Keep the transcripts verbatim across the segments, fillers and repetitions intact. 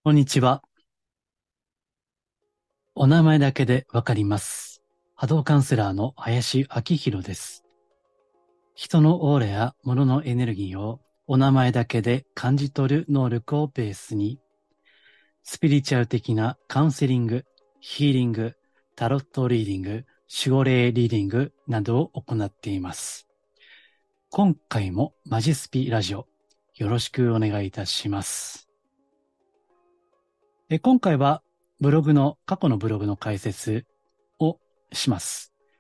こんにちは。お名前だけでわかります。波動カウンセラーの林明宏です。人のオーラや物のエネルギーをお名前だけで感じ取る能力をベースに、スピリチュアル的なカウンセリング、ヒーリング、タロットリーディング、守護霊リーディングなどを行っています。今回もマジスピラジオ、よろしくお願いいたします。え今回はブログの、過去のブログの解説をします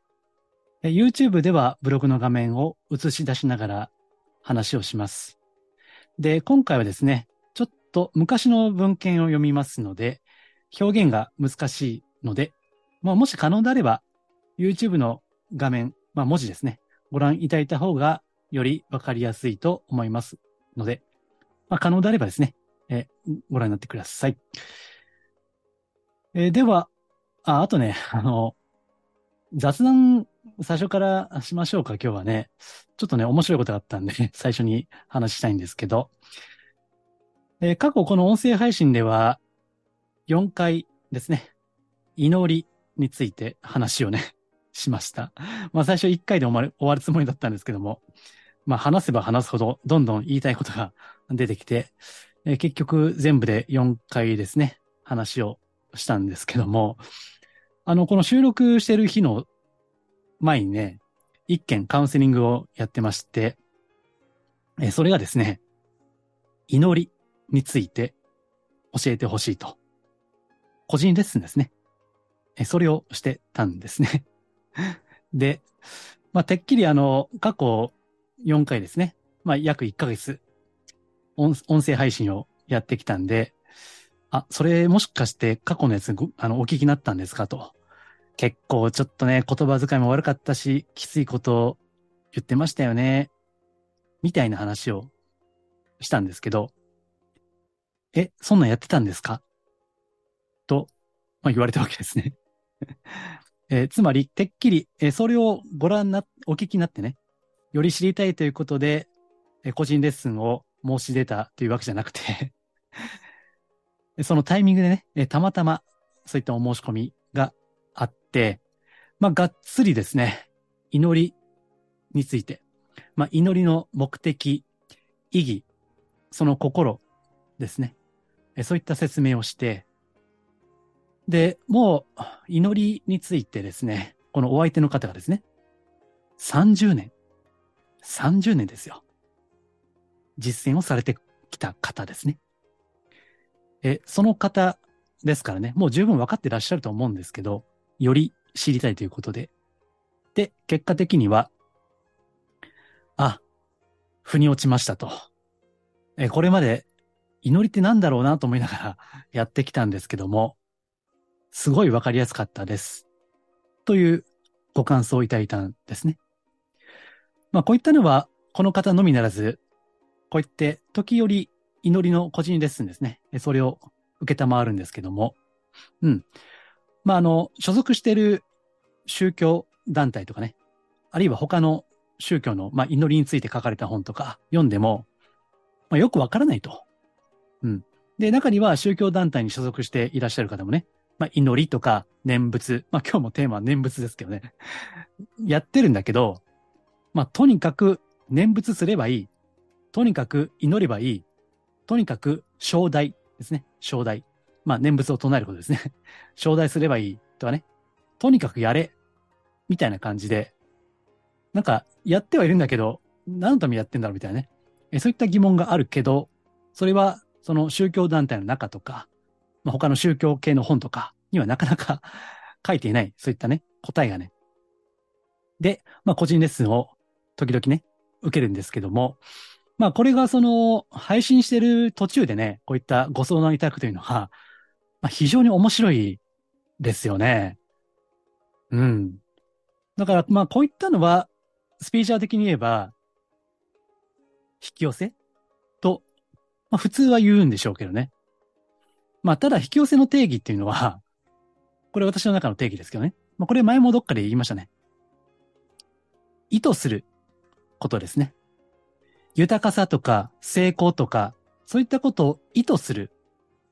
。YouTube ではブログの画面を映し出しながら話をします。で、今回はですね、ちょっと昔の文献を読みますので、表現が難しいので、まあ、もし可能であれば YouTube の画面、まあ、文字ですね、ご覧いただいた方がよりわかりやすいと思いますので、まあ、可能であればですね、えご覧になってください。えーでは、あ、あとね、あの、雑談最初からしましょうか、今日はね。ちょっとね、面白いことがあったんで、最初に話したいんですけど、えー過去この音声配信ではよんかいですね、祈りについて話をね、しました。まあ最初いっかいで終わる、終わるつもりだったんですけども、まあ話せば話すほどどんどん言いたいことが出てきて、えー結局全部でよんかいですね、話をしたんですけども、あの、この収録してる日の前にね、一件カウンセリングをやってまして、えそれがですね、祈りについて教えてほしいと。個人レッスンですね。えそれをしてたんですね。で、まあ、てっきりあの、過去よんかいですね。まあ、約いっかげつ音、音声配信をやってきたんで、あ、それもしかして過去のやつご、あの、お聞きになったんですかと。結構ちょっとね、言葉遣いも悪かったし、きついことを言ってましたよね。みたいな話をしたんですけど、え、そんなんやってたんですかと、まあ、言われたわけですね。えーつまり、てっきり、えーそれをご覧な、お聞きになってね、より知りたいということで、えー個人レッスンを申し出たというわけじゃなくてそのタイミングでね、えーたまたまそういったお申し込みがあって、まあ、がっつりですね、祈りについて、まあ、祈りの目的、意義、その心ですね、えーそういった説明をして、で、もう祈りについてですね、このお相手の方がですね、さんじゅうねん、さんじゅうねんですよ。実践をされてきた方ですね。え、その方ですからね、もう十分分かってらっしゃると思うんですけど、より知りたいということで。で、結果的には、あ、腑に落ちましたと。え、これまで祈りって何だろうなと思いながらやってきたんですけども、すごい分かりやすかったです。というご感想をいただいたんですね。まあ、こういったのは、この方のみならず、こういって時折祈りの個人レッスンですね。それを受けたまわるんですけども、うん。まあ、あの、所属している宗教団体とかね、あるいは他の宗教の、まあ、祈りについて書かれた本とか読んでも、まあ、よくわからないと。うん。で、中には宗教団体に所属していらっしゃる方もね、まあ、祈りとか念仏、まあ、今日もテーマは念仏ですけどね、やってるんだけど、まあ、とにかく念仏すればいい。とにかく祈ればいい。とにかく承題ですね。承題。まあ、念仏を唱えることですね。承題すればいいとかね。とにかくやれ。みたいな感じで、なんか、やってはいるんだけど、何のためにやってんだろうみたいなね。えそういった疑問があるけど、それは、その宗教団体の中とか、まあ、他の宗教系の本とかにはなかなか書いていない、そういったね、答えがね。で、まあ、個人レッスンを時々ね、受けるんですけども、まあ、これがその、配信してる途中でね、こういったご相談いただくというのは、まあ、非常に面白いですよね。うん。だから、まあ、こういったのは、スピーチャー的に言えば、引き寄せと、まあ、普通は言うんでしょうけどね。まあ、ただ、引き寄せの定義っていうのは、これ私の中の定義ですけどね。まあ、これ前もどっかで言いましたね。意図することですね。豊かさとか成功とか、そういったことを意図する。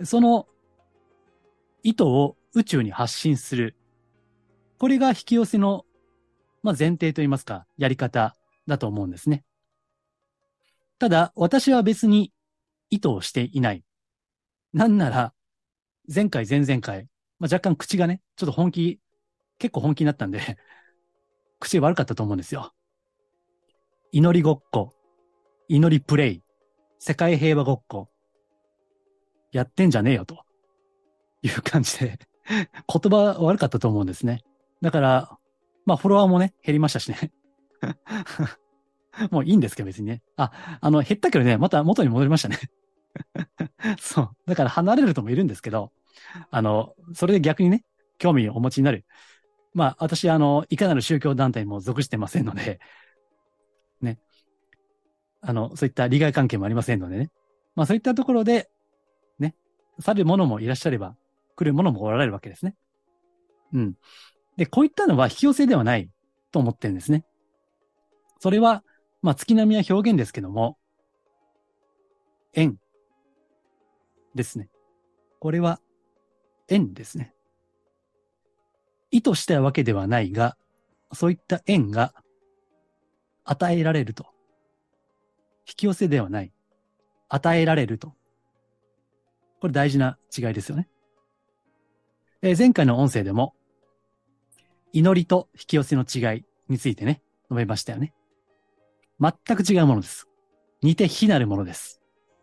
その意図を宇宙に発信する。これが引き寄せの、まあ、前提といいますか、やり方だと思うんですね。ただ、私は別に意図をしていない。なんなら、前回、前々回、まあ、若干口がね、ちょっと本気、結構本気になったんで、口悪かったと思うんですよ。祈りごっこ、祈りプレイ、世界平和ごっこ、やってんじゃねえよという感じで、言葉悪かったと思うんですね。だから、まあ、フォロワーもね、減りましたしね。もういいんですけど、別にね。あ、あの、減ったけどね、また元に戻りましたね。そう。だから離れる人もいるんですけど、あの、それで逆にね、興味をお持ちになる。まあ、私、あの、いかなる宗教団体にも属してませんので、ね。あの、そういった利害関係もありませんのでね。まあ、そういったところで、ね、去る者もいらっしゃれば、来る者もおられるわけですね。うん。で、こういったのは引き寄せではないと思ってるんですね。それは、まあ、月並みは表現ですけども、縁ですね。これは縁ですね。意図したわけではないが、そういった縁が与えられると。引き寄せではない。与えられると。これ大事な違いですよね。えー前回の音声でも、祈りと引き寄せの違いについてね、述べましたよね。全く違うものです。似て非なるものです。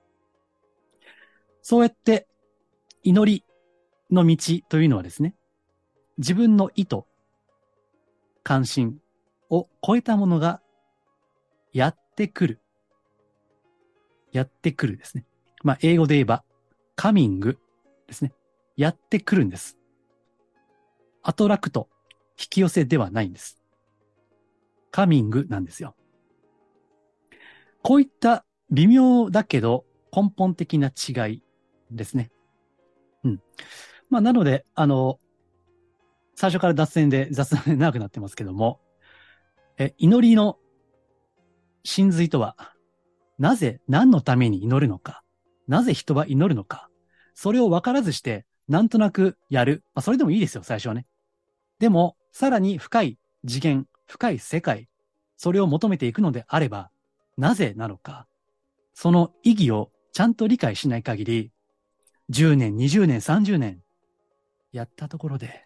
そうやって祈りの道というのはですね、自分の意図、関心を超えたものがやってくる。やってくるですね。まあ、英語で言えば、カミングですね。やってくるんです。アトラクト、引き寄せではないんです。カミングなんですよ。こういった微妙だけど根本的な違いですね。うん。まあ、なので、あの、最初から脱線で雑談で長くなってますけども、え、祈りの真髄とは、なぜ、何のために祈るのか、なぜ人は祈るのか、それを分からずして、なんとなくやる。まあ、それでもいいですよ、最初はね。でも、さらに深い次元、深い世界、それを求めていくのであれば、なぜなのか、その意義をちゃんと理解しない限り、じゅうねん、にじゅうねん、さんじゅうねん、やったところで、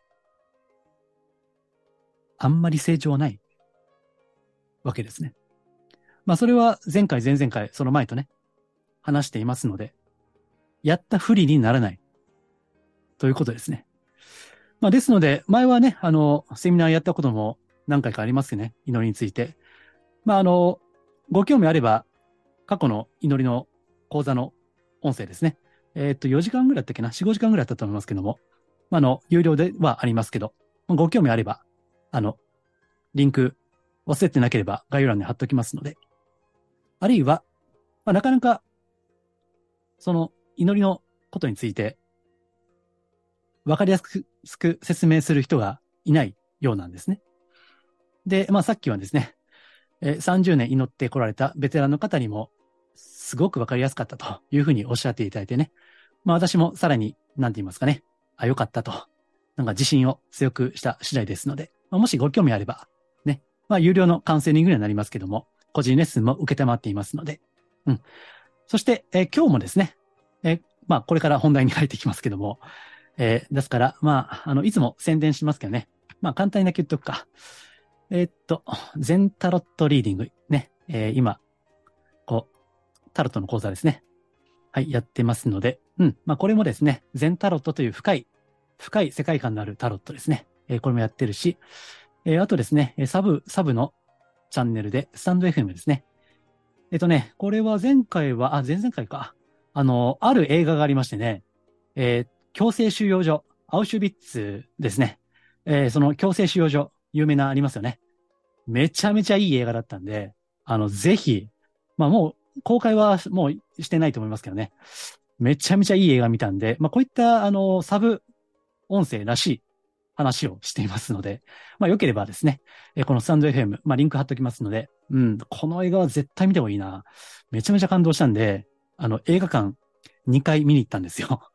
あんまり成長はないわけですね。まあ、それは前回、前々回、その前とね、話していますので、やった不利にならないということですね。まあ、ですので、前はね、あの、セミナーやったことも何回かありますね。祈りについて。まあ、あの、ご興味あれば、過去の祈りの講座の音声ですね。えーっと、よじかんぐらいだったっけな ?よん、ごじかんぐらいだったと思いますけども。まあ、あの、有料ではありますけど、ご興味あれば、あの、リンク忘れてなければ概要欄に貼っときますので。あるいは、まあ、なかなか、その祈りのことについて、わかりやすく説明する人がいないようなんですね。で、まあさっきはですね、えーさんじゅうねん祈ってこられたベテランの方にも、すごくわかりやすかったというふうにおっしゃっていただいてね。まあ私もさらに、なんて言いますかね。あ、よかったと。なんか自信を強くした次第ですので、まあ、もしご興味あれば、ね。まあ有料のカウンセリングにはなりますけども、個人レッスンも受けたまっていますので。うん。そして、えー今日もですね、えーまあこれから本題に入ってきますけども、えーですから、まあ、あの、いつも宣伝しますけどね。まあ簡単にだけ言っとくか。えーっと、全タロットリーディングね。えー今、こう、タロットの講座ですね。はい、やってますので、うん。まあ、これもですね、全タロットという深い、深い世界観のあるタロットですね。えーこれもやってるし、えーあとですね、サブ、サブのチャンネルで、スタンド エフエム ですね。えっとね、これは前回は、あ、前々回か。あの、ある映画がありましてね、えー強制収容所、アウシュビッツですね。えーその強制収容所、有名なありますよね。めちゃめちゃいい映画だったんで、あの、ぜひ、まあもう、公開はもうしてないと思いますけどね。めちゃめちゃいい映画見たんで、まあこういった、あの、サブ音声らしい話をしていますので、まあ良ければですね、えこのスタンド エフエム、まあリンク貼っときますので、うん、この映画は絶対見た方がいいな。めちゃめちゃ感動したんで、あの、映画館にかい見に行ったんですよ。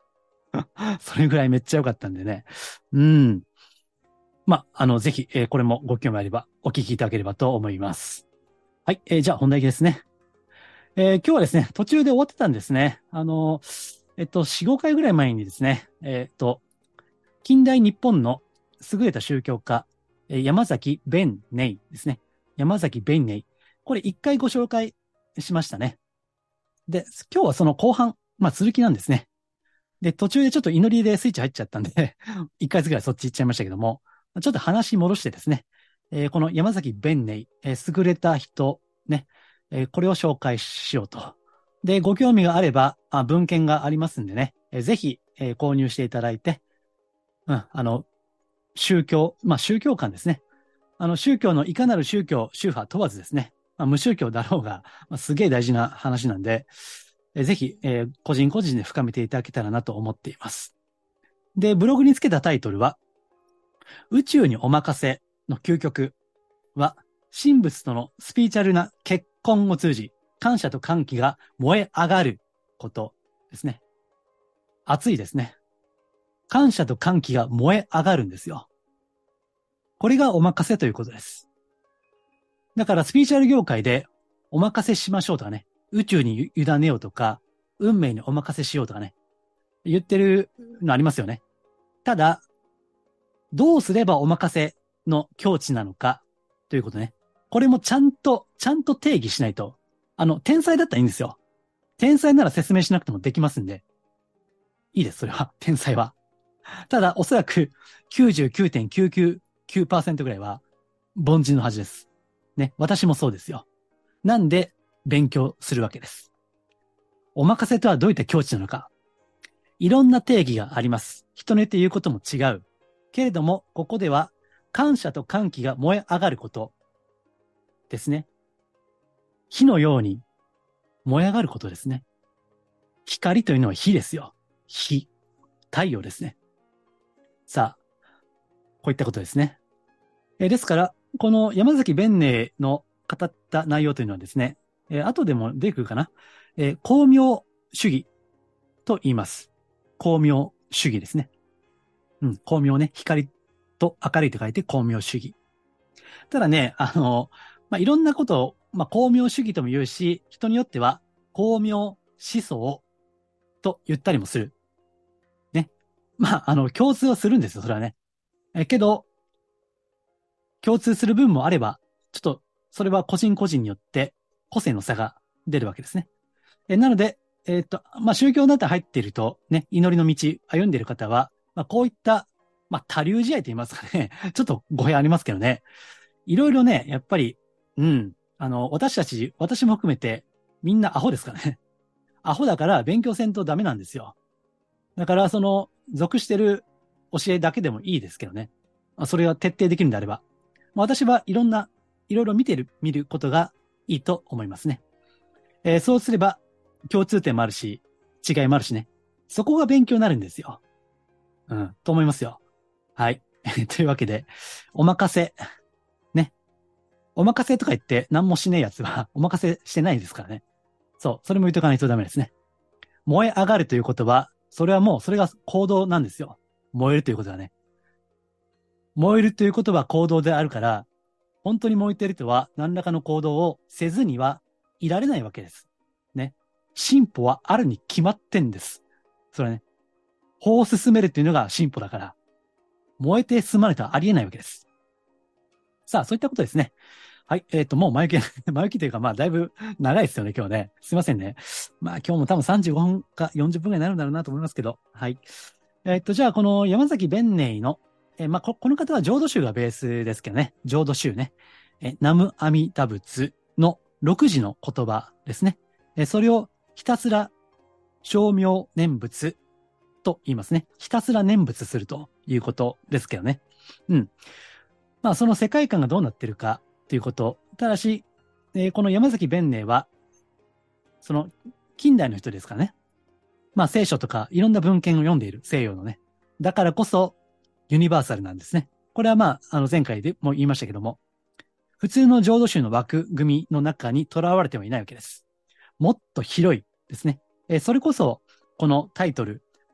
それぐらいめっちゃ良かったんでね。うん。まあ、あの、ぜひ、えーこれもご興味あればお聞きいただければと思います。はい。えーじゃあ本題ですね。えー今日はですね、途中で終わってたんですね。あの、えっと、よん、ごかいぐらい前にですね、えっと、近代日本の優れた宗教家、えー山崎弁寧ですね。山崎弁寧。これ一回ご紹介しましたね。で、今日はその後半、まあ続きなんですね。で、途中でちょっと祈りでスイッチ入っちゃったんでいっかいずつぐらいそっち行っちゃいましたけども、ちょっと話戻してですね、えーこの山崎弁寧、えー優れた人、ね、えーこれを紹介しようと。で、ご興味があれば、あ文献がありますんでね、えーぜひ、えー購入していただいて、うん、あの、宗教、まあ宗教観ですね。あの、宗教のいかなる宗教、宗派問わずですね、まあ、無宗教だろうが、まあ、すげえ大事な話なんで、えーぜひ、えー個人個人で深めていただけたらなと思っています。で、ブログにつけたタイトルは、宇宙にお任せの究極は、神仏とのスピーチャルな結婚を通じ、感謝と歓喜が燃え上がることですね。熱いですね。感謝と歓喜が燃え上がるんですよ。これがお任せということです。だからスピーチャル業界でお任せしましょうとかね、宇宙に委ねようとか、運命にお任せしようとかね、言ってるのありますよね。ただ、どうすればお任せの境地なのかということね。これもちゃんと、ちゃんと定義しないと。あの、天才だったらいいんですよ。天才なら説明しなくてもできますんで。いいです、それは。天才は。ただ、おそらくきゅうじゅうきゅうてんきゅうきゅうきゅうパーセントぐらいは凡人のはずです。ね。私もそうですよ。なんで、勉強するわけです。お任せとはどういった境地なのか。いろんな定義があります。人によって言うことも違う。けれども、ここでは、感謝と歓喜が燃え上がることですね。火のように燃え上がることですね。光というのは火ですよ。火。太陽ですね。さあ、こういったことですね。えーですから、この山崎弁寧の語った内容というのはですね、えー後でも出てくるかな。えー光明主義と言います。光明主義ですね。うん、光明ね。光と明るいと書いて光明主義。ただね、あの、まあ、いろんなことを、まあ、光明主義とも言うし、人によっては光明思想と言ったりもする。ね。まあ、あの、共通はするんですよ、それはね。えけど、共通する分もあれば、ちょっと、それは個人個人によって個性の差が出るわけですね。えなので、えっと、まあ、宗教団体入っていると、ね、祈りの道歩んでいる方は、まあ、こういった、まあ、多流試合と言いますかね、ちょっと語弊ありますけどね、いろいろね、やっぱり、うん、あの、私たち、私も含めて、みんなアホですからね。アホだから勉強せんとダメなんですよ。だから、その、属してる教えだけでもいいですけどね。それが徹底できるんであれば。私はいろんな、いろいろ見てる、見ることがいいと思いますね。えーそうすれば、共通点もあるし、違いもあるしね。そこが勉強になるんですよ。うん、と思いますよ。はい。というわけで、お任せ。ね。お任せとか言って何もしねえやつはお任せしてないですからね。そう。それも言っとかないとダメですね。燃え上がるということは、それはもう、それが行動なんですよ。燃えるということはね。燃えるということは行動であるから、本当に燃えている人は何らかの行動をせずにはいられないわけです。ね。進歩はあるに決まってんです。それはね。法を進めるっていうのが進歩だから、燃えて進まないとはありえないわけです。さあ、そういったことですね。はい。えっ、と、もう前置き、前置きというか、まあ、だいぶ長いですよね、今日ね。すいませんね。まあ、今日も多分さんじゅうごふんかよんじゅっぷんぐらいになるんだろうなと思いますけど。はい。えっ、と、じゃあ、この山崎弁寧の、えーまあこ、この方は浄土宗がベースですけどね。浄土宗ね。えー、南無阿弥陀仏のろくじの言葉ですね。えーそれをひたすら称名念仏と言いますね。ひたすら念仏するということですけどね。うん。まあ、その世界観がどうなってるかということ。ただし、えーこの山崎弁寧は、その近代の人ですからね。まあ、聖書とかいろんな文献を読んでいる西洋のね。だからこそユニバーサルなんですね。これはまあ、あの前回でも言いましたけども、普通の浄土宗の枠組みの中にとらわれてはいないわけです。もっと広いですね。えーそれこそ、このタイトル、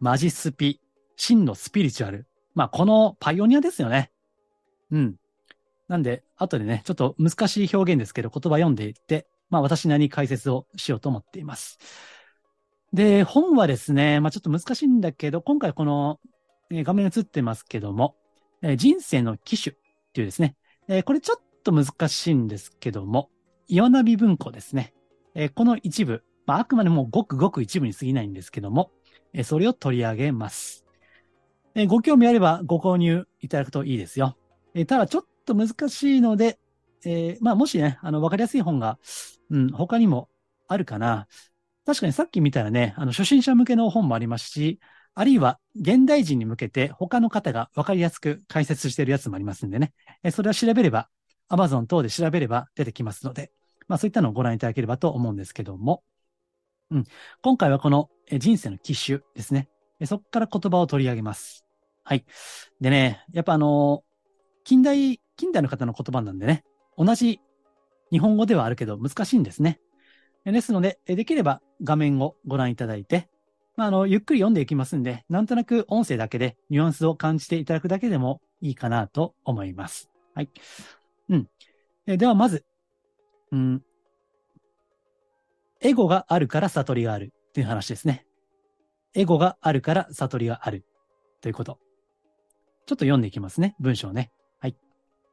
マジスピ、真のスピリチュアル。まあ、このパイオニアですよね。うん。なんで、後でね、ちょっと難しい表現ですけど、言葉読んでいって、まあ、私なりに解説をしようと思っています。で、本はですね、まあ、ちょっと難しいんだけど、今回この、えー画面映ってますけども、えー人生の機種っていうですね、えーこれちょっと難しいんですけども、岩波文庫ですね。えーこの一部、まあ、あくまでもごくごく一部に過ぎないんですけども、えーそれを取り上げます。えーご興味あればご購入いただくといいですよ。えーただちょっと難しいので、えーまあもしね、あの、わかりやすい本が、うん、他にもあるかな。確かにさっき見たらね、あの、初心者向けの本もありますし、あるいは現代人に向けて他の方がわかりやすく解説しているやつもありますんでね。えそれは調べれば、Amazon 等で調べれば出てきますので、まあそういったのをご覧いただければと思うんですけども、うん、今回はこのえ人生の機種ですね。えそこから言葉を取り上げます。はい。でね、やっぱあの、近代、近代の方の言葉なんでね、同じ日本語ではあるけど難しいんですね。ですので、できれば画面をご覧いただいて、まあ、あの、ゆっくり読んでいきますんで、なんとなく音声だけでニュアンスを感じていただくだけでもいいかなと思います。はい。うん。えでは、まず、うん、エゴがあるから悟りがあるという話ですね。エゴがあるから悟りがあるということ。ちょっと読んでいきますね。文章ね。はい。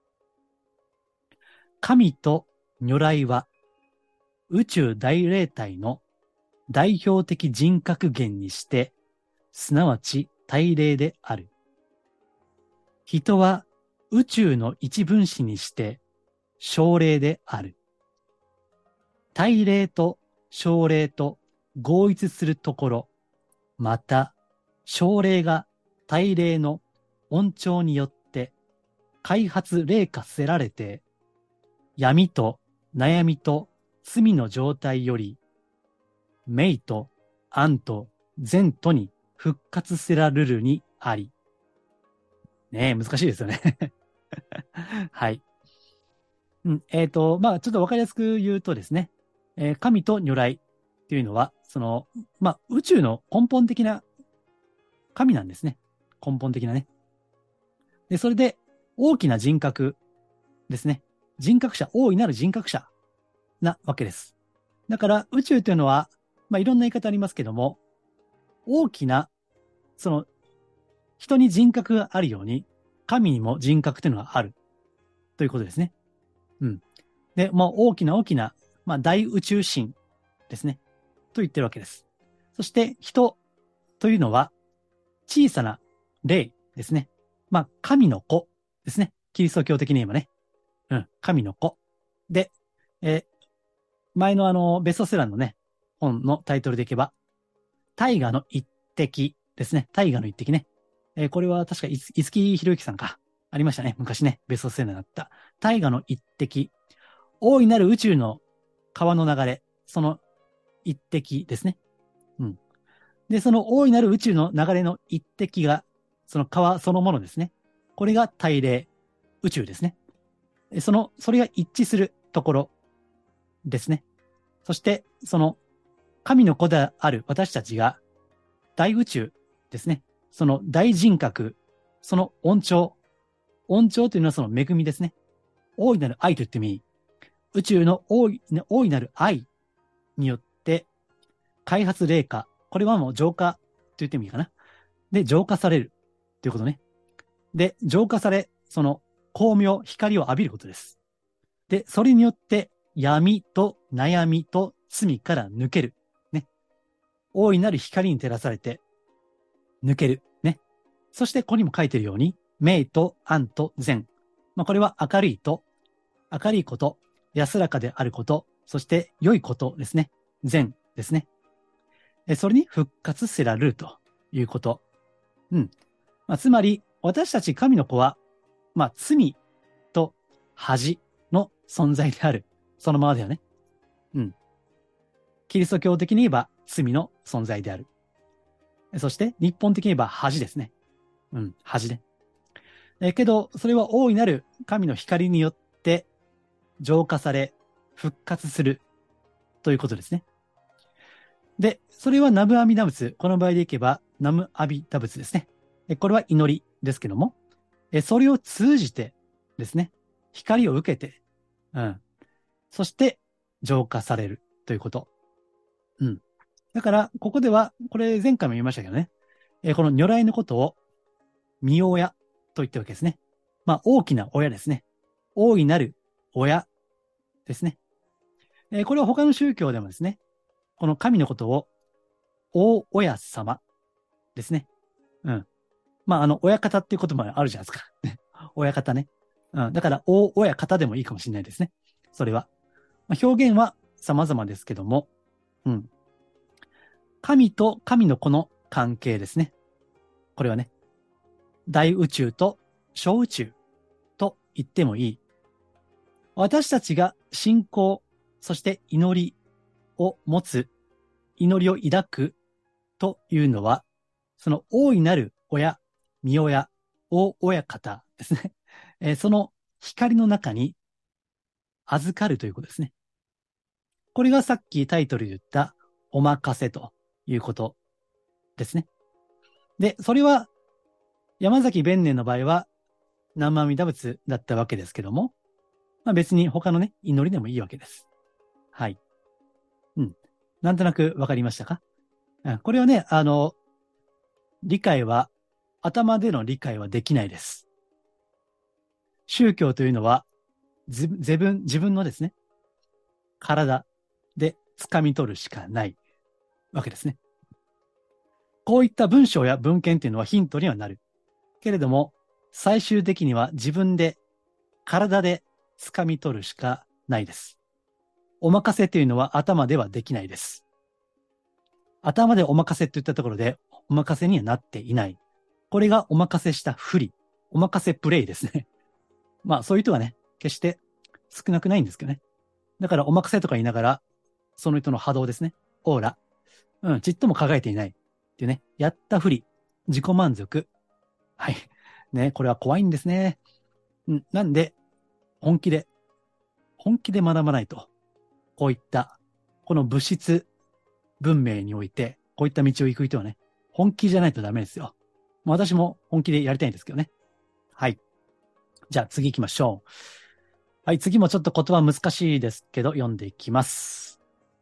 神と如来は宇宙大霊体の代表的人格源にして、すなわち大霊である。人は宇宙の一分子にして小霊である。大霊と小霊と合一するところ、また小霊が大霊の恩寵によって開発霊化せられて、闇と悩みと罪の状態より、明と暗と善とに復活せられるにあり。ねえ、難しいですよね。はい。うん、えっと、まあ、ちょっとわかりやすく言うとですね、えー神と如来っていうのは、その、まあ、宇宙の根本的な神なんですね。根本的なね。で、それで、大きな人格ですね。人格者、大いなる人格者なわけです。だから、宇宙というのは、まあ、いろんな言い方ありますけども、大きな、その、人に人格があるように、神にも人格というのがあるということですね。うん。で、まあ、大きな大きな、まあ、大宇宙神ですね。と言ってるわけです。そして人というのは小さな霊ですね。まあ、神の子ですね。キリスト教的に言えばね。うん、神の子。で、えー前のあの、ベストセラーのね、本のタイトルでいけば、大河の一滴ですね。大河の一滴ね。えーこれは確かいつ、五木ひろゆきさんか。ありましたね。昔ね、ベストセラーになった。大河の一滴。大いなる宇宙の川の流れ。その一滴ですね。うん。で、その大いなる宇宙の流れの一滴が、その川そのものですね。これが大霊、宇宙ですね。その、それが一致するところですね。そして、その、神の子である私たちが、大宇宙ですね。その大人格、その恩寵。恩寵というのはその恵みですね。大いなる愛と言ってもいい。宇宙の大い大いなる愛によって開発霊化。これはもう浄化と言ってもいいかな。で、浄化されるということね。で、浄化され、その光明、光を浴びることです。で、それによって闇と悩みと罪から抜ける。ね。大いなる光に照らされて抜ける。ね。そして、ここにも書いているように、明と暗と善。まあ、これは明るいと、明るいこと、安らかであること、そして良いことですね。善ですね。それに復活せられるということ。うん。まあ、つまり、私たち神の子は、まあ、罪と恥の存在である。そのままだよね。うん。キリスト教的に言えば罪の存在である。そして、日本的に言えば恥ですね。うん、恥ね。えけど、それは大いなる神の光によって浄化され、復活するということですね。で、それはナブアミダ仏。この場合でいけば、 ナムアビダ仏ですね。これは祈りですけども、それを通じてですね、光を受けて、うん。そして浄化されるということ。うん。だから、ここでは、これ前回も言いましたけどね、この如来のことを、御親と言ってるわけですね。まあ、大きな親ですね。大いなる親ですね。これは他の宗教でもですね、この神のことを、大親様ですね。うん。まあ、あの、親方っていう言葉もあるじゃないですか。親方ね。うん。だから、大親方でもいいかもしれないですね。それは。まあ、表現は様々ですけども、うん。神と神の子の関係ですね。これはね、大宇宙と小宇宙と言ってもいい。私たちが信仰、そして祈りを持つ、祈りを抱くというのは、その大いなる親、御親、大親方ですね。えー、その光の中に預かるということですね。これがさっきタイトルで言ったお任せということですね。で、それは山崎弁念の場合は南無阿弥陀仏だったわけですけども、まあ、別に他のね、祈りでもいいわけです。はい。うん。なんとなくわかりましたか？うん、これはね、あの、理解は、頭での理解はできないです。宗教というのは、自分、自分のですね、体で掴み取るしかないわけですね。こういった文章や文献というのはヒントにはなる。けれども、最終的には自分で、体で掴み取るしかないです。お任せというのは頭ではできないです。頭でお任せといったところで、お任せにはなっていない。これがお任せした不利。お任せプレイですね。まあ、そういう人はね、決して少なくないんですけどね。だから、お任せとか言いながら、その人の波動ですね。オーラ。うん、ちっとも輝いていない。っていうね。やったふり。自己満足。はい。ね、これは怖いんですね。うん、なんで、本気で、本気で学ばないと。こういった、この物質文明において、こういった道を行く人はね、本気じゃないとダメですよ。私も本気でやりたいんですけどね。はい。じゃあ次行きましょう。はい、次もちょっと言葉難しいですけど、読んでいきます。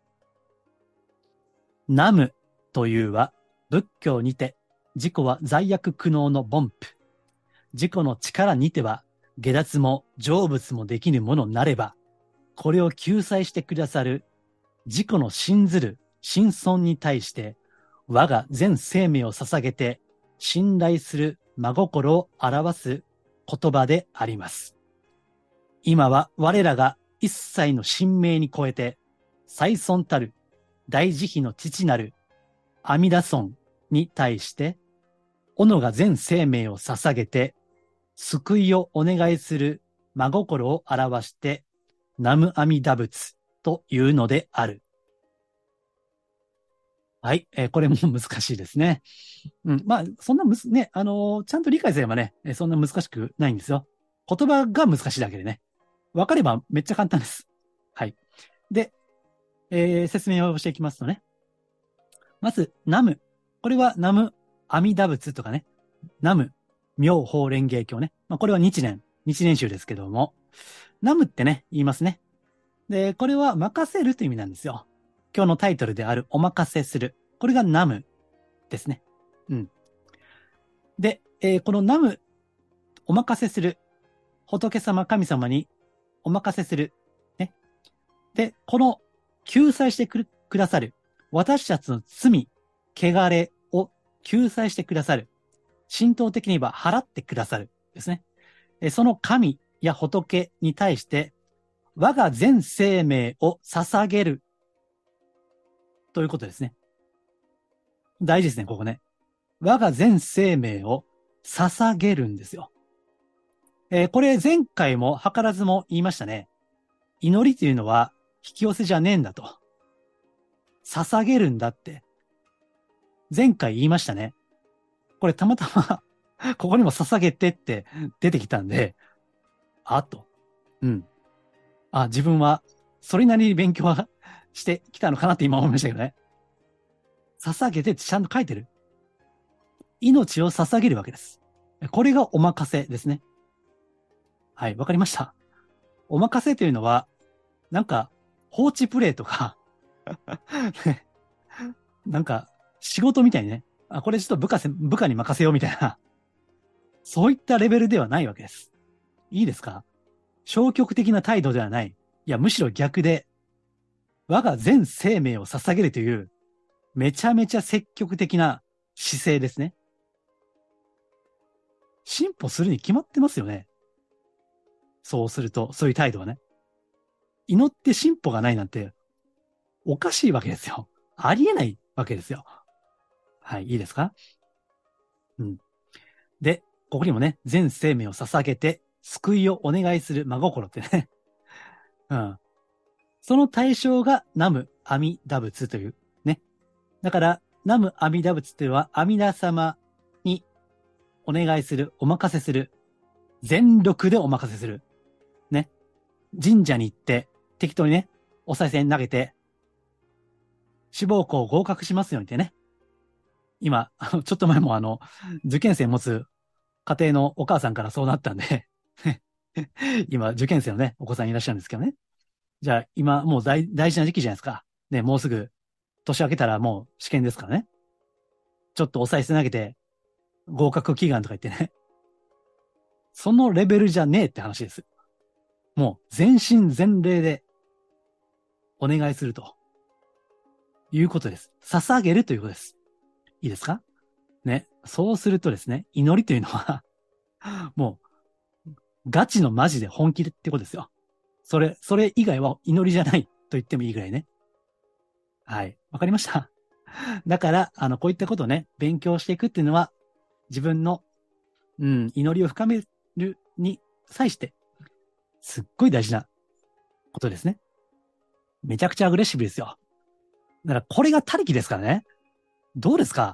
ナムというは、仏教にて、自己は罪悪苦悩の凡夫。自己の力にては、下脱も成仏もできぬものなれば、これを救済してくださる、自己の信ずる真尊に対して、我が全生命を捧げて、信頼する真心を表す言葉であります。今は我らが一切の神明に超えて、最尊たる大慈悲の父なる阿弥陀尊に対して、己が全生命を捧げて、救いをお願いする真心を表して、南無阿弥陀仏というのである。はい、えー、これも難しいですね。うん、まあ、そんなむす、ね、あのー、ちゃんと理解すればね、そんな難しくないんですよ。言葉が難しいだけでね。わかればめっちゃ簡単です。はい。で、えー、説明をしていきますとね。まず、ナム。これはナム阿弥陀仏とかね。ナム妙法蓮華経ね。まあ、これは日蓮、日蓮宗ですけども。ナムってね、言いますね。で、これは任せるという意味なんですよ。今日のタイトルであるお任せする。これがナムですね。うん。で、えー、このナム、お任せする。仏様、神様にお任せする。ね。で、この救済してくださる。私たちの罪、汚れを救済してくださる。神道的には払ってくださる。ですね。その神や仏に対して、我が全生命を捧げる。ということですね。大事ですね、ここね。我が全生命を捧げるんですよ。えー、これ前回も図らずも言いましたね。祈りというのは引き寄せじゃねえんだと。捧げるんだって。前回言いましたね。これたまたまここにも捧げてって出てきたんで、あと。うん。あ、自分はそれなりに勉強はしてきたのかなって今思いましたけどね。捧げてってちゃんと書いてる。 命を捧げるわけです。これがお任せですね。はい、わかりました。お任せというのは、なんか、放置プレイとかなんか、仕事みたいにね、あ、これちょっと部下せ、部下に任せようみたいな、そういったレベルではないわけです。いいですか？消極的な態度ではない。いや、むしろ逆で、我が全生命を捧げるという、めちゃめちゃ積極的な姿勢ですね。進歩するに決まってますよね。そうすると、そういう態度はね。祈って進歩がないなんて、おかしいわけですよ。ありえないわけですよ。はい、いいですか？うん。で、ここにもね、全生命を捧げて、救いをお願いする真心ってね。うん。その対象がナム・アミダ仏というね。だから、ナム・アミダ仏というのは、阿弥陀様にお願いする、お任せする。全力でお任せする。ね。神社に行って、適当にね、お賽銭投げて、志望校合格しますようにってね。今、あのちょっと前もあの、受験生持つ家庭のお母さんからそうなったんで今、受験生のね、お子さんいらっしゃるんですけどね。じゃあ、今、もう大、大事な時期じゃないですか。ね、もうすぐ、年明けたらもう試験ですからね。ちょっとお賽銭投げて、合格祈願とか言ってね。そのレベルじゃねえって話です。もう、全身全霊でお願いするということです。捧げるということです。いいですか？ね。そうするとですね、祈りというのはもう、ガチのマジで本気でってことですよ。それ、それ以外は祈りじゃないと言ってもいいぐらいね。はい。わかりました。だから、あの、こういったことをね、勉強していくっていうのは、自分の、うん、祈りを深めるに際して、すっごい大事なことですね。めちゃくちゃアグレッシブですよ。だから、これが他力ですからね。どうですか？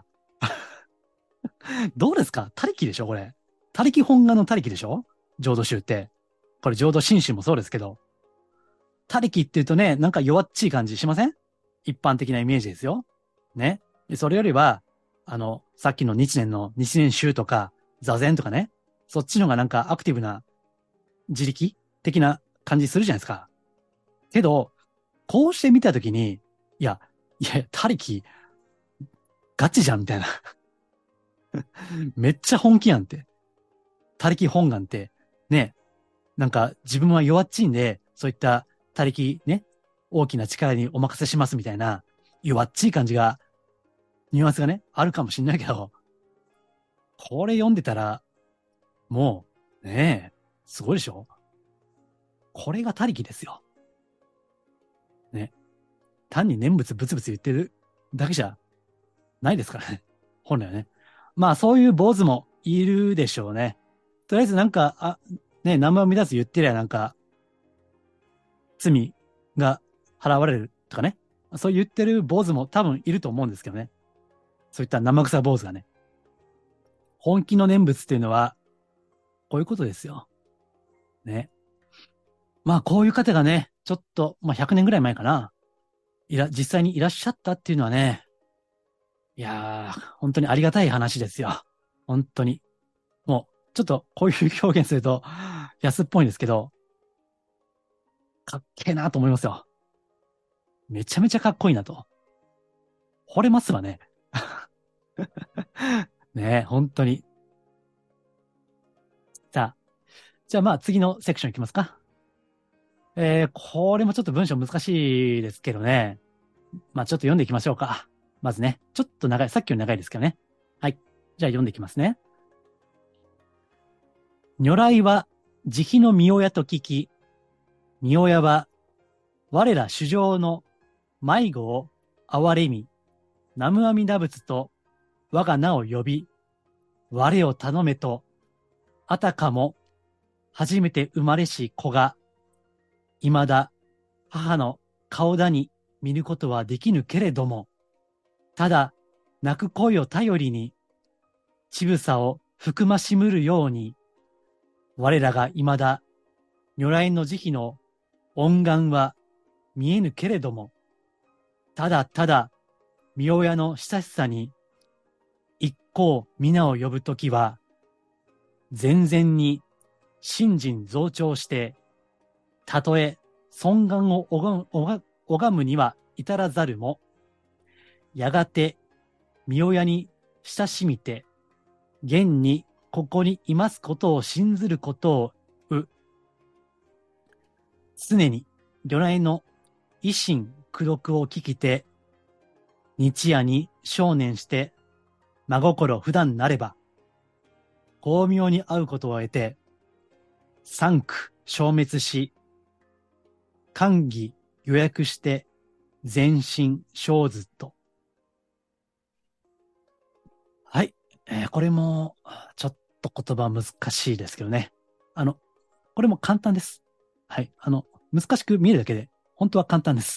どうですか？他力でしょこれ。他力本願の他力でしょ？浄土宗って。これ浄土真宗もそうですけど。他力って言うとね、なんか弱っちい感じしません？一般的なイメージですよ。ね。でそれよりは、あの、さっきの日蓮の日蓮宗とか、座禅とかね、そっちのがなんかアクティブな自力的な感じするじゃないですか。けど、こうして見たときに、いや、いや、他力、ガチじゃんみたいな。めっちゃ本気やんって。他力本願って、ね、なんか自分は弱っちいんで、そういった他力ね、大きな力にお任せしますみたいな、弱っちい感じが、ニュアンスがね、あるかもしんないけど、これ読んでたら、もう、ねえ、すごいでしょ？これが他力ですよ。ね。単に念仏ブツブツ言ってるだけじゃないですからね。本来はね。まあそういう坊主もいるでしょうね。とりあえずなんか、あ、ね、名前を乱す言ってりゃなんか、罪が払われるとかね。そう言ってる坊主も多分いると思うんですけどね。そういった生臭坊主がね。本気の念仏っていうのは、こういうことですよ。ね。まあこういう方がね、ちょっと、まあひゃくねんぐらい前かな。いら、実際にいらっしゃったっていうのはね、いやー、本当にありがたい話ですよ。本当に。もう、ちょっとこういう表現すると安っぽいんですけど、かっけえなと思いますよ。めちゃめちゃかっこいいなと。惚れますわね。ねえ、本当に。さあ、じゃあまあ次のセクションいきますか。えー、これもちょっと文章難しいですけどね。まあちょっと読んでいきましょうか。まずね、ちょっと長い、さっきより長いですけどね。はい。じゃあ読んでいきますね。如来は慈悲の御親と聞き、御親は我ら主上の迷子を憐れみ、南無阿弥陀仏と我が名を呼び、我を頼めと、あたかも初めて生まれし子が、未だ母の顔だに見ることはできぬけれども、ただ泣く声を頼りに、乳房を含ましむるように、我らが未だ如来の慈悲の恩願は見えぬけれども、ただただ、御親の親しさに一向皆を呼ぶときは、前々に信心増長して、たとえ尊厳を拝むには至らざるも、やがて身親に親しみて、現にここにいますことを信ずることをう。常に如来の維新苦毒を聞きて、日夜に少年して真心普段なれば、巧妙に会うことを得て、三苦消滅し、歓喜予約して全身生ずと。はい、えーこれもちょっと言葉難しいですけどね。あの、これも簡単です。はい、あの、難しく見えるだけで、本当は簡単です。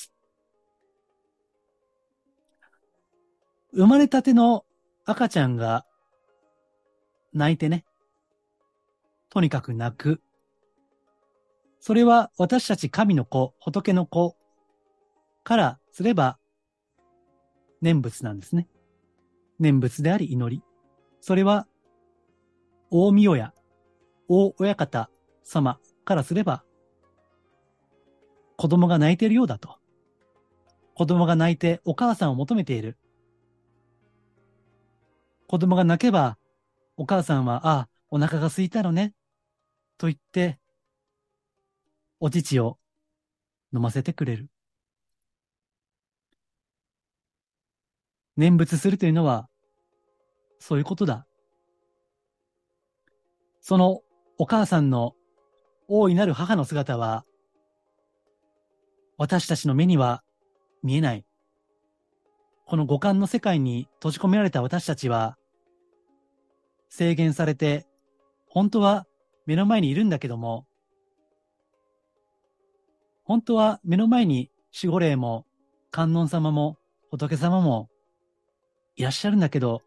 生まれたての赤ちゃんが泣いてね、とにかく泣く。それは私たち神の子、仏の子からすれば念仏なんですね。念仏であり祈り。それは大御親、大親方様からすれば子供が泣いているようだと。子供が泣いてお母さんを求めている。子供が泣けばお母さんは、ああ、お腹が空いたのね、と言って、お乳を飲ませてくれる。念仏するというのは、そういうことだ。そのお母さんの大いなる母の姿は、私たちの目には見えない。この五感の世界に閉じ込められた私たちは、制限されて、本当は目の前にいるんだけども、本当は目の前に守護霊も観音様も仏様もいらっしゃるんだけど、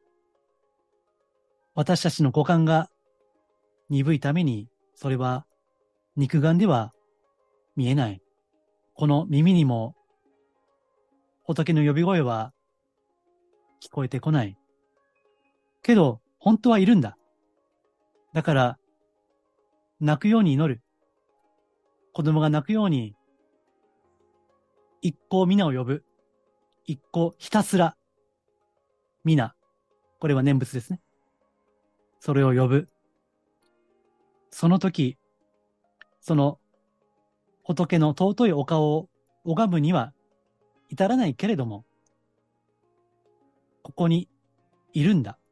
私たちの五感が鈍いために、それは肉眼では見えない。この耳にも仏の呼び声は聞こえてこない。けど、本当はいるんだ。だから、泣くように祈る。子供が泣くように、一向皆を呼ぶ。一向ひたすら、皆。これは念仏ですね。それを呼ぶ。その時、その仏の尊いお顔を拝むには至らないけれども、ここにいるんだ。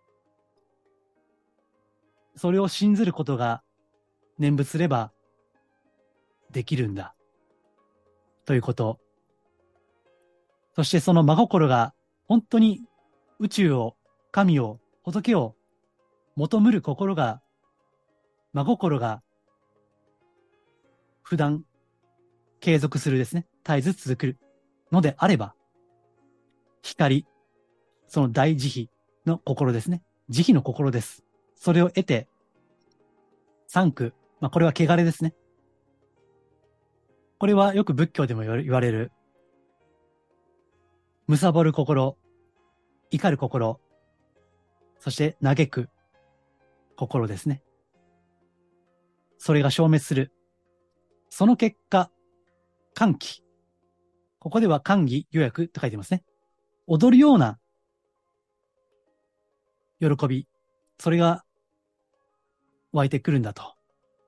それを信ずることが念仏すればできるんだ。ということ。そしてその真心が本当に宇宙を、神を、仏を求むる心が、真心が普段継続するですね。絶えず続くのであれば、光、その大慈悲の心ですね。慈悲の心です。それを得て、三苦、まあこれは汚れですね。これはよく仏教でも言われる、貪る心、怒る心、そして嘆く心ですね。それが消滅する。その結果、歓喜。ここでは歓喜予約と書いてますね。踊るような喜び。それが湧いてくるんだと。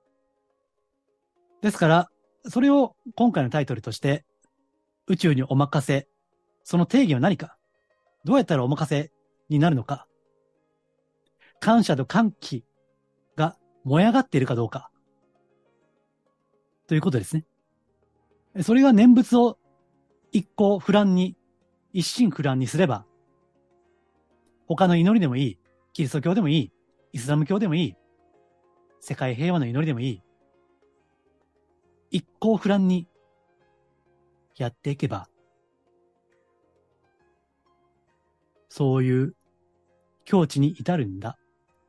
ですから、それを今回のタイトルとして、宇宙にお任せ。その定義は何か。どうやったらお任せになるのか。感謝と歓喜が燃え上がっているかどうか。ということですね。それが念仏を一向不乱に、一心不乱にすれば、他の祈りでもいい、キリスト教でもいい、イスラム教でもいい、世界平和の祈りでもいい、一向不乱にやっていけば、そういう境地に至るんだ。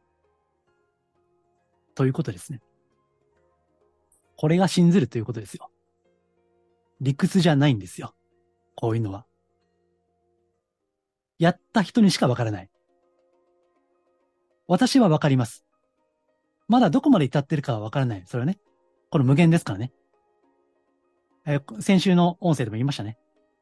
ということですね。これが信ずるということですよ。理屈じゃないんですよ。こういうのは。やった人にしかわからない。 私はわかります。まだどこまで至ってるかはわからない。それはね。この無限ですからね。えー先週の音声でも言いましたね。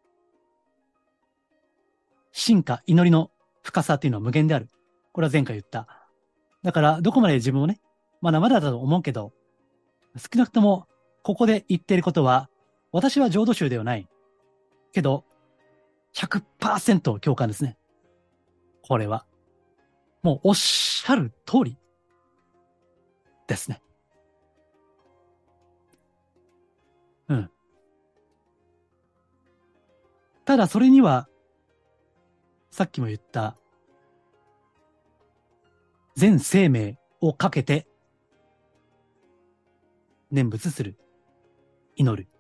進化、祈りの深さっていうのは無限である。これは前回言った。だから、どこまで自分をね、まだまだだと思うけど、少なくとも、ここで言っていることは、私は浄土宗ではない。けど、ひゃくパーセント 共感ですね。これは。もうおっしゃる通りですね。うん。ただそれには、さっきも言った、全生命をかけて念仏する、祈る、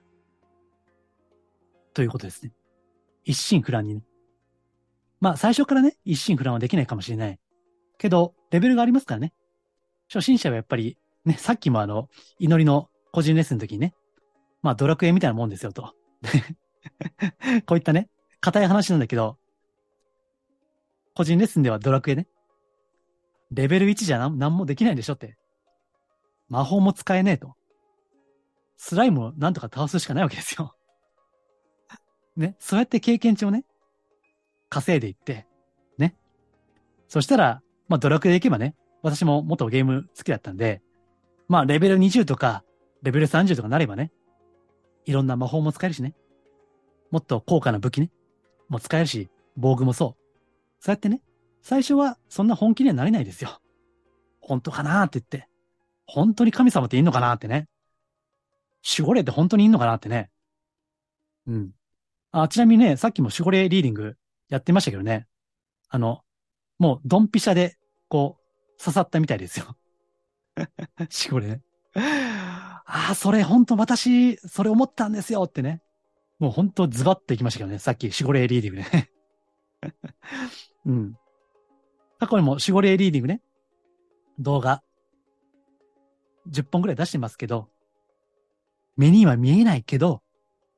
ということですね。一心不乱にね。まあ最初からね、一心不乱はできないかもしれない。けど、レベルがありますからね。初心者はやっぱり、ね、さっきもあの、祈りの個人レッスンの時にね、まあドラクエみたいなもんですよと。こういったね、硬い話なんだけど、個人レッスンではドラクエね、レベルいちじゃなんなんもできないでしょって。魔法も使えねえと。スライムをなんとか倒すしかないわけですよ。ね。そうやって経験値をね、稼いでいって、ね。そしたら、まあドラクエでいけばね、私も元ゲーム好きだったんで、まあレベルにじゅうとか、レベルさんじゅうとかなればね、いろんな魔法も使えるしね、もっと高価な武器ね、も使えるし、防具もそう。そうやってね、最初はそんな本気にはなれないですよ。本当かなーって言って。本当に神様っていんのかなーってね。守護霊って本当にいんのかなってね。うん。あ、ちなみにね、さっきも守護霊リーディングやってましたけどね。あの、もうドンピシャで、こう、刺さったみたいですよ。守護霊ね。ああ、それ本当私、それ思ったんですよってね。もう本当ズバッといきましたけどね。さっき守護霊リーディングね。うん。過去にも守護霊リーディングね、動画じゅっぽんぐらい出してますけど、目には見えないけど、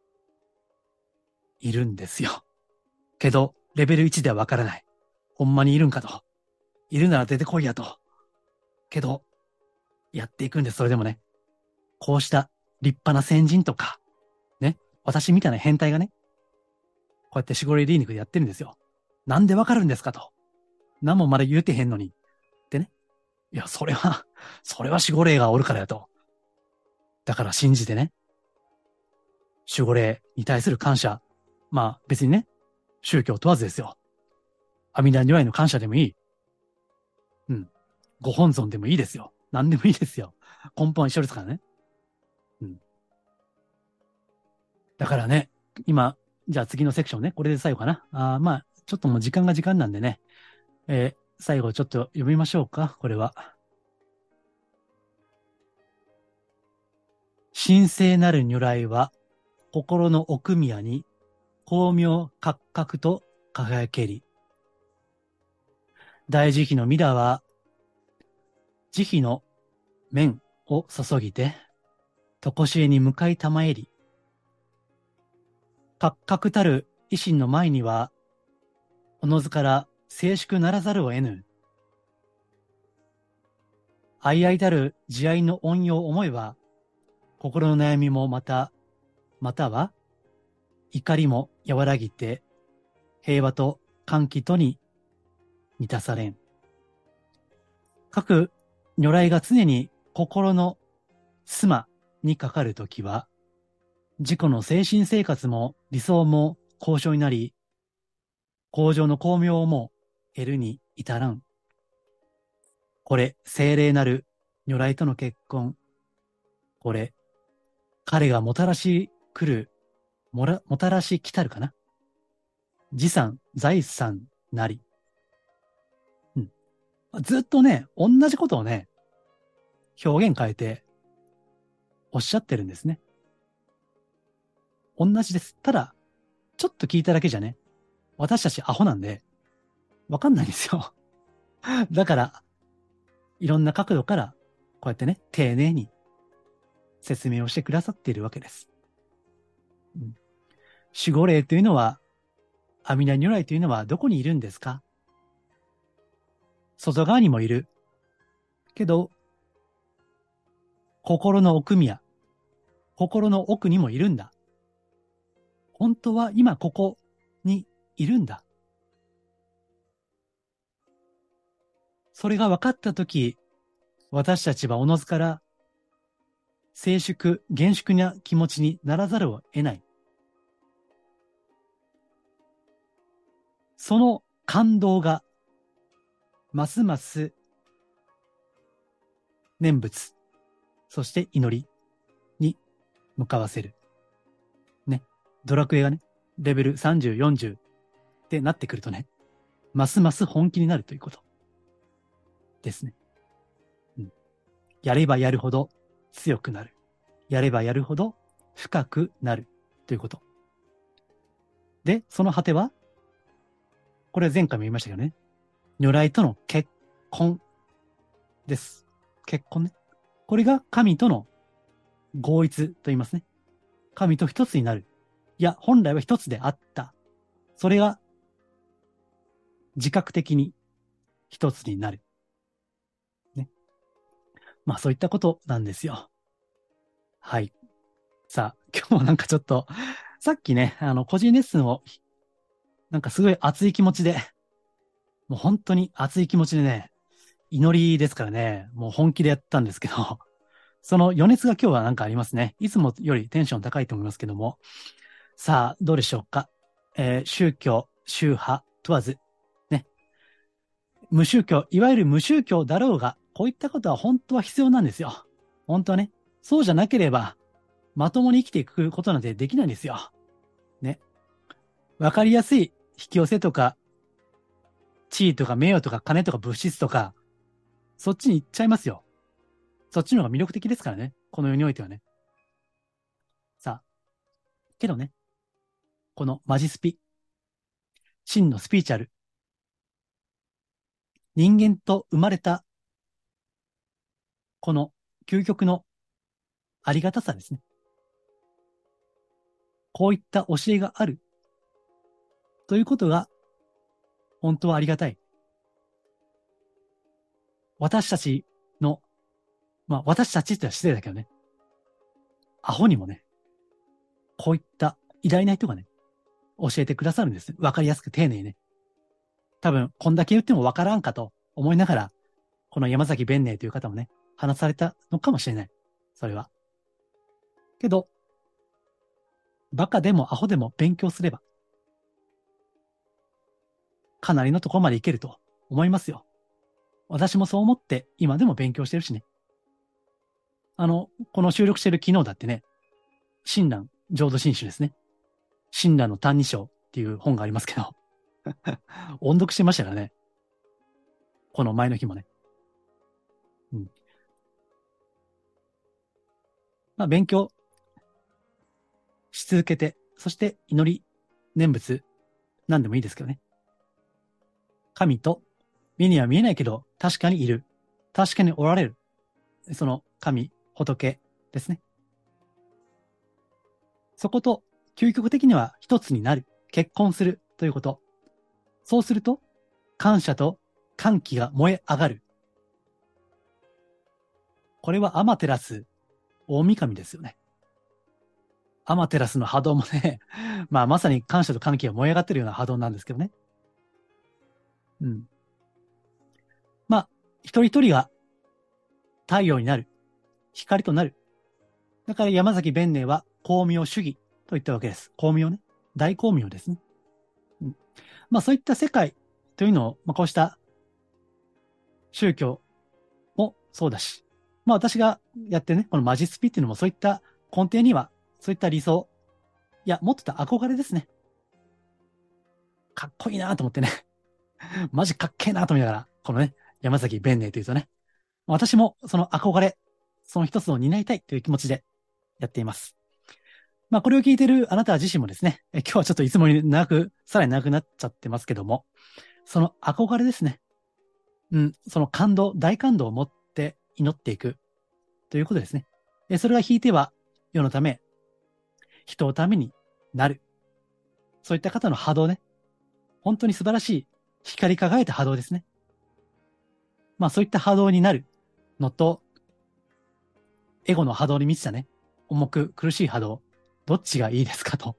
いるんですよ。けど、レベルいちではわからない。ほんまにいるんかと。いるなら出てこいやと。けど、やっていくんです、それでもね。こうした立派な先人とか、ね、私みたいな変態がね、こうやって守護霊リーディングでやってるんですよ。なんでわかるんですかと。何もまだ言うてへんのに。ってね。いや、それは、それは守護霊がおるからやと。だから信じてね、守護霊に対する感謝。まあ別にね、宗教問わずですよ。阿弥陀如来の感謝でもいい。うん。ご本尊でもいいですよ。何でもいいですよ。根本は一緒ですからね。うん。だからね、今、じゃあ次のセクションね、これで最後かな。あまあ、ちょっともう時間が時間なんでね、えー最後ちょっと読みましょうか、これは。神聖なる如来は、心の奥宮に光明각々と輝けり。大慈悲の弥陀は、慈悲の面を注ぎて、とこしえに向かいたまえり。각々たる維新の前には、おのずから静粛ならざるを得ぬ。相合いたる慈愛の恩用を思えば、心の悩みもまた、または怒りも和らぎて、平和と歓喜とに満たされん。各如来が常に心の妻にかかるときは、自己の精神生活も理想も高尚になり、向上の光明も得るに至らん。これ、精霊なる如来との結婚。これ、彼がもたらし来る、もら、もたらし来たるかな。持参、財産なり。うん。ずっとね、同じことをね、表現変えておっしゃってるんですね。同じです。ただ、ちょっと聞いただけじゃね、私たちアホなんで、わかんないんですよ。だから、いろんな角度から、こうやってね、丁寧に説明をしてくださっているわけです。うん、守護霊というのは、阿弥陀如来というのはどこにいるんですか？ 外側にもいる。けど、心の奥宮、心の奥にもいるんだ。本当は今ここにいるんだ。それが分かったとき、私たちはおのずから静粛、厳粛な気持ちにならざるを得ない。その感動が、ますます念仏、そして祈りに向かわせる。ね。ドラクエがね、レベルさんじゅう、よんじゅうってなってくるとね、ますます本気になるということですね。うん。やればやるほど強くなる。やればやるほど深くなるということ。で、その果ては、これは前回も言いましたけどね、如来との結婚です。結婚ね。これが神との合一と言いますね。神と一つになる。いや、本来は一つであった。それが自覚的に一つになる。ね。まあそういったことなんですよ。はい。さあ、今日もなんかちょっと、さっきね、あの、個人レッスンを、なんかすごい熱い気持ちで、もう本当に熱い気持ちでね、祈りですからね、もう本気でやったんですけど、その余熱が今日はなんかありますね。いつもよりテンション高いと思いますけども。さあ、どうでしょうか。えー宗教、宗派問わず、ね。無宗教、いわゆる無宗教だろうが、こういったことは本当は必要なんですよ。本当はね。そうじゃなければ、まともに生きていくことなんてできないんですよ。ね。わかりやすい引き寄せとか、地位とか名誉とか金とか物質とか、そっちに行っちゃいますよ。そっちの方が魅力的ですからね。この世においてはね。さあ、けどね、このマジスピ、真のスピーチャル、人間と生まれた、この究極のありがたさですね。こういった教えがあるということが本当はありがたい。私たちの、まあ私たちってのは失礼だけどね、アホにもね、こういった偉大な人がね、教えてくださるんです。わかりやすく丁寧にね。多分、こんだけ言ってもわからんかと思いながら、この山崎弁寧という方もね、話されたのかもしれない。それは。けど、バカでもアホでも勉強すれば、かなりのところまでいけると思いますよ。私もそう思って今でも勉強してるしね。あの、この収録してる昨日だってね、親鸞浄土真宗ですね。親鸞の歎異抄っていう本がありますけど、音読してましたからね。この前の日もね。うん。まあ、勉強し続けて、そして祈り、念仏、何でもいいですけどね。神と目には見えないけど、確かにいる。確かにおられる。その神、仏ですね。そこと究極的には一つになる。結婚するということ。そうすると、感謝と歓喜が燃え上がる。これはアマテラス、大神ですよね。アマテラスの波動もね、まあまさに感謝と歓喜が燃え上がってるような波動なんですけどね。うん。まあ、一人一人が太陽になる。光となる。だから山崎弁寧は光明主義と言ったわけです。光明ね。大光明ですね。うん、まあそういった世界というのを、まあこうした宗教もそうだし、まあ私がやってるね、このマジスピっていうのもそういった根底には、そういった理想、いや、もっと言った憧れですね。かっこいいなと思ってね。マジかっけえなと思いながら、このね、山崎弁寧というとね、私もその憧れ、その一つを担いたいという気持ちでやっています。まあ、これを聞いているあなた自身もですね、え今日はちょっといつもより長く、さらに長くなっちゃってますけども、その憧れですね。うん、その感動、大感動を持って祈っていくということですね。えそれが引いては世のため、人のためになる。そういった方の波動ね。本当に素晴らしい光り輝いた波動ですね。 まあそういった波動になるのと、エゴの波動に満ちたね、重く苦しい波動、どっちがいいですかと。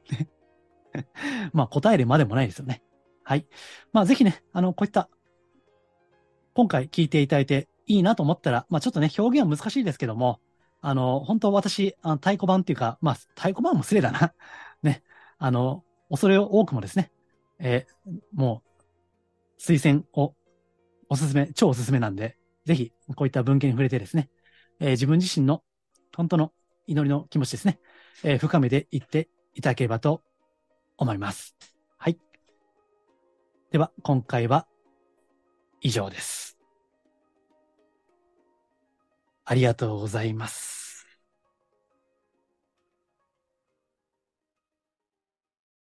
まあ答えるまでもないですよね。はい。まあぜひね、あの、こういった、今回聞いていただいていいなと思ったら、まあちょっとね、表現は難しいですけども、あの、本当私、あの太鼓判っていうか、まあ太鼓判も失礼だな。ね。あの、恐れ多くもですね、えーもう、推薦をおすすめ、超おすすめなんで、ぜひ、こういった文献に触れてですね、えー自分自身の本当の祈りの気持ちですね、えー深めていっていただければと思います。はい。では、今回は以上です。ありがとうございます。